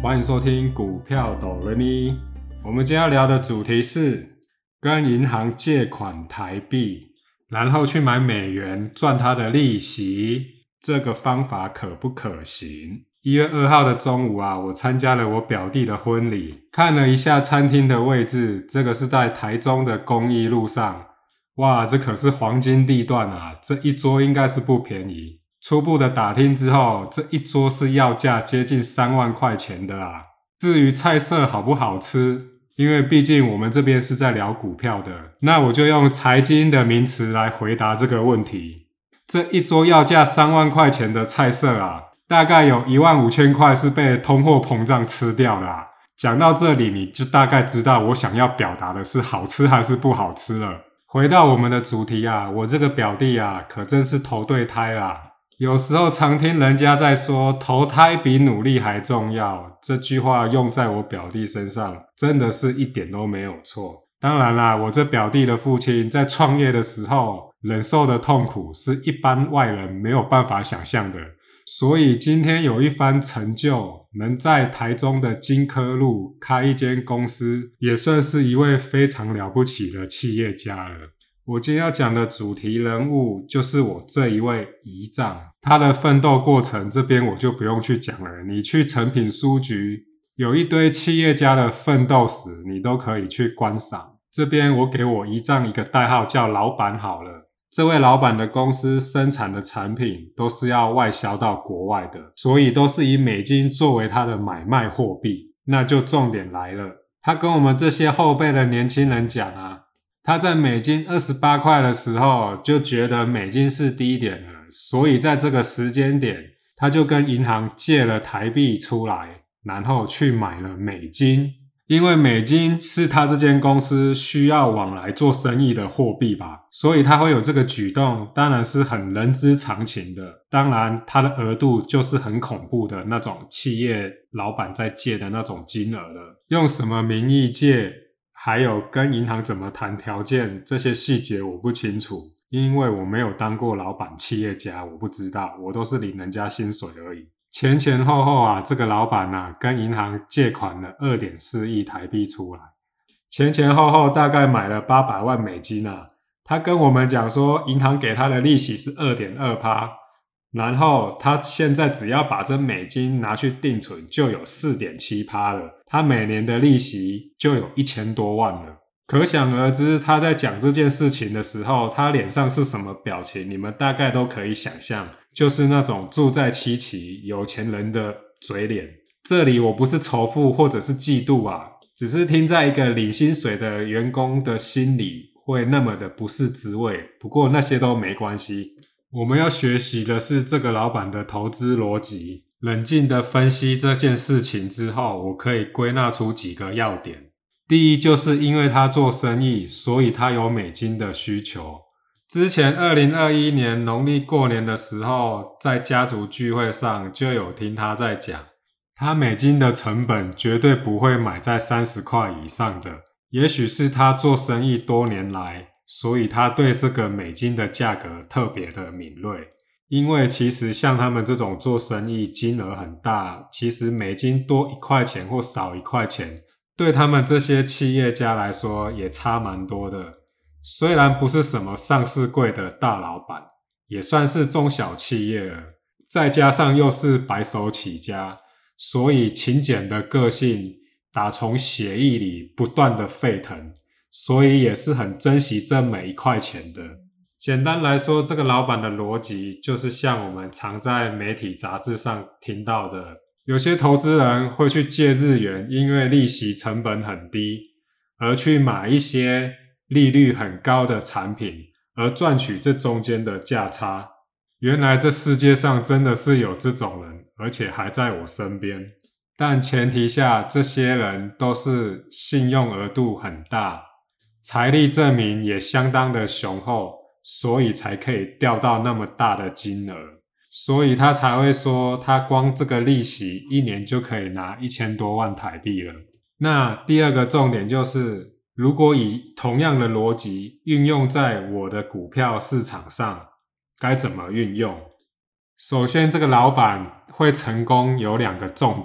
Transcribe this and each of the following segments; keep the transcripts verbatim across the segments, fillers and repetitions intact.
欢迎收听股票哆来咪。我们今天要聊的主题是跟银行借款台币，然后去买美元赚它的利息，这个方法可不可行？一月二号的中午啊，我参加了我表弟的婚礼，看了一下餐厅的位置，这个是在台中的公益路上。哇，这可是黄金地段啊，这一桌应该是不便宜。初步的打听之后，这一桌是要价接近三万块钱的啦。至于菜色好不好吃，因为毕竟我们这边是在聊股票的，那我就用财经的名词来回答这个问题。这一桌要价三万块钱的菜色啊，大概有一万五千块是被通货膨胀吃掉的啊。讲到这里，你就大概知道我想要表达的是好吃还是不好吃了。回到我们的主题啊，我这个表弟啊，可真是投对胎啦。有时候常听人家在说投胎比努力还重要，这句话用在我表弟身上真的是一点都没有错。当然啦，我这表弟的父亲在创业的时候忍受的痛苦是一般外人没有办法想象的，所以今天有一番成就，能在台中的金科路开一间公司，也算是一位非常了不起的企业家了。我今天要讲的主题人物就是我这一位姨丈，他的奋斗过程这边我就不用去讲了，你去诚品书局有一堆企业家的奋斗史，你都可以去观赏。这边我给我姨丈一个代号叫老板好了，这位老板的公司生产的产品都是要外销到国外的，所以都是以美金作为他的买卖货币。那就重点来了，他跟我们这些后辈的年轻人讲啊，他在美金二十八块的时候就觉得美金是低点了，所以在这个时间点他就跟银行借了台币出来，然后去买了美金。因为美金是他这间公司需要往来做生意的货币吧，所以他会有这个举动，当然是很人之常情的。当然他的额度就是很恐怖的那种企业老板在借的那种金额了。用什么名义借，还有跟银行怎么谈条件，这些细节我不清楚，因为我没有当过老板企业家，我不知道，我都是领人家薪水而已。前前后后啊，这个老板啊跟银行借款了 二点四亿台币出来，前前后后大概买了八百万美金啊。他跟我们讲说银行给他的利息是 二点二趴， 然后他现在只要把这美金拿去定存就有 四点七趴 了，他每年的利息就有一千多万了。可想而知他在讲这件事情的时候，他脸上是什么表情，你们大概都可以想象，就是那种住在七期有钱人的嘴脸。这里我不是仇富或者是嫉妒啊，只是听在一个领薪水的员工的心里会那么的不是滋味。不过那些都没关系，我们要学习的是这个老板的投资逻辑。冷静的分析这件事情之后，我可以归纳出几个要点。第一，就是因为他做生意，所以他有美金的需求。之前二零二一年农历过年的时候，在家族聚会上就有听他在讲，他美金的成本绝对不会买在三十块以上的。也许是他做生意多年来，所以他对这个美金的价格特别的敏锐。因为其实像他们这种做生意金额很大，其实美金多一块钱或少一块钱，对他们这些企业家来说也差蛮多的。虽然不是什么上市柜的大老板，也算是中小企业了，再加上又是白手起家，所以勤俭的个性打从血液里不断的沸腾，所以也是很珍惜这每一块钱的。简单来说，这个老板的逻辑就是像我们常在媒体杂志上听到的，有些投资人会去借日元，因为利息成本很低，而去买一些利率很高的产品，而赚取这中间的价差。原来这世界上真的是有这种人，而且还在我身边。但前提下，这些人都是信用额度很大，财力证明也相当的雄厚，所以才可以调到那么大的金额。所以他才会说他光这个利息一年就可以拿一千多万台币了。那第二个重点就是，如果以同样的逻辑运用在我的股票市场上，该怎么运用？首先，这个老板会成功有两个重点。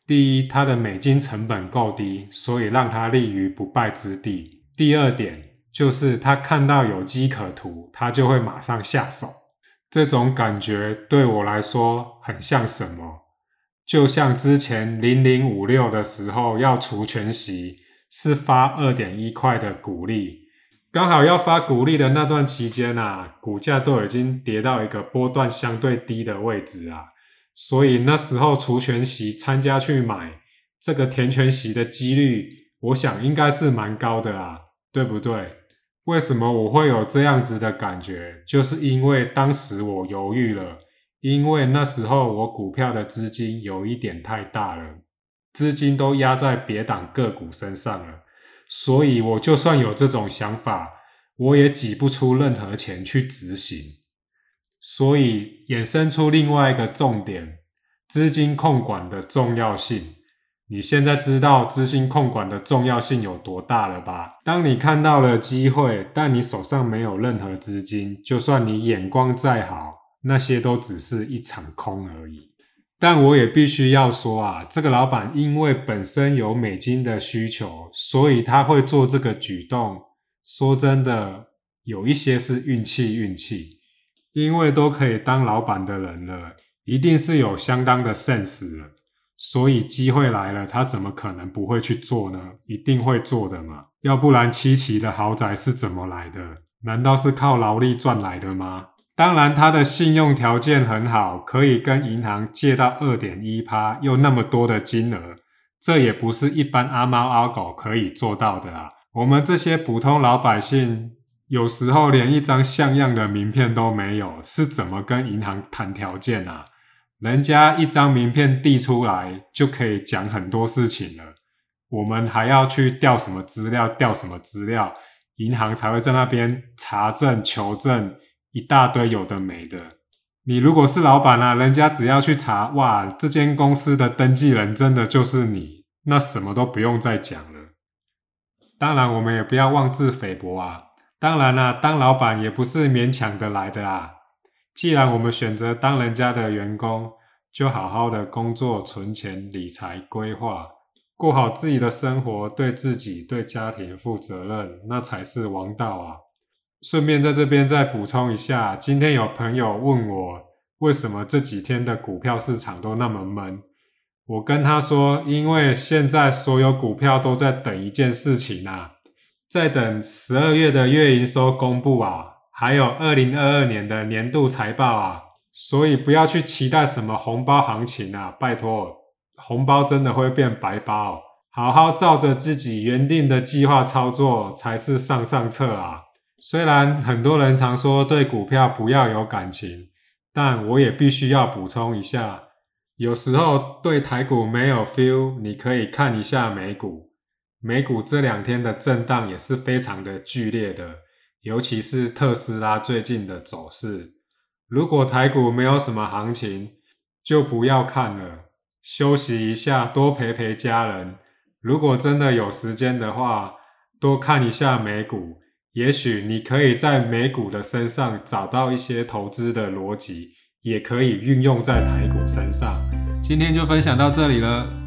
第一，它的美金成本够低，所以让它立于不败之地。第二点就是他看到有机可图，他就会马上下手。这种感觉对我来说很像什么？就像之前零零五六的时候要除权息，是发 二点一 块的股利，刚好要发股利的那段期间啊，股价都已经跌到一个波段相对低的位置啊，所以那时候除权息参加去买这个填权息的几率，我想应该是蛮高的啊，对不对？为什么我会有这样子的感觉？就是因为当时我犹豫了，因为那时候我股票的资金有一点太大了，资金都压在别档个股身上了，所以我就算有这种想法，我也挤不出任何钱去执行。所以衍生出另外一个重点，资金控管的重要性。你现在知道资金控管的重要性有多大了吧？当你看到了机会，但你手上没有任何资金，就算你眼光再好，那些都只是一场空而已。但我也必须要说啊，这个老板因为本身有美金的需求，所以他会做这个举动。说真的，有一些是运气运气，因为都可以当老板的人了，一定是有相当的 sense 了。所以机会来了，他怎么可能不会去做呢？一定会做的嘛，要不然七期的豪宅是怎么来的？难道是靠劳力赚来的吗？当然他的信用条件很好，可以跟银行借到 二点一 趴，又那么多的金额，这也不是一般阿猫阿狗可以做到的啊。我们这些普通老百姓有时候连一张像样的名片都没有，是怎么跟银行谈条件啊？人家一张名片递出来就可以讲很多事情了，我们还要去调什么资料调什么资料，银行才会在那边查证求证一大堆有的没的。你如果是老板啊，人家只要去查，哇，这间公司的登记人真的就是你，那什么都不用再讲了。当然我们也不要妄自菲薄啊，当然啊，当老板也不是勉强的来的啊。既然我们选择当人家的员工，就好好的工作、存钱、理财、规划，过好自己的生活，对自己、对家庭负责任，那才是王道啊。顺便在这边再补充一下，今天有朋友问我，为什么这几天的股票市场都那么闷？我跟他说，因为现在所有股票都在等一件事情啊，在等十二月的月营收公布啊，还有二零二二年的年度财报啊，所以不要去期待什么红包行情啊，拜托，红包真的会变白包，好好照着自己原定的计划操作才是上上策啊。虽然很多人常说对股票不要有感情，但我也必须要补充一下，有时候对台股没有 feel， 你可以看一下美股，美股这两天的震荡也是非常的剧烈的，尤其是特斯拉最近的走势。如果台股没有什么行情，就不要看了，休息一下，多陪陪家人。如果真的有时间的话，多看一下美股，也许你可以在美股的身上找到一些投资的逻辑，也可以运用在台股身上。今天就分享到这里了。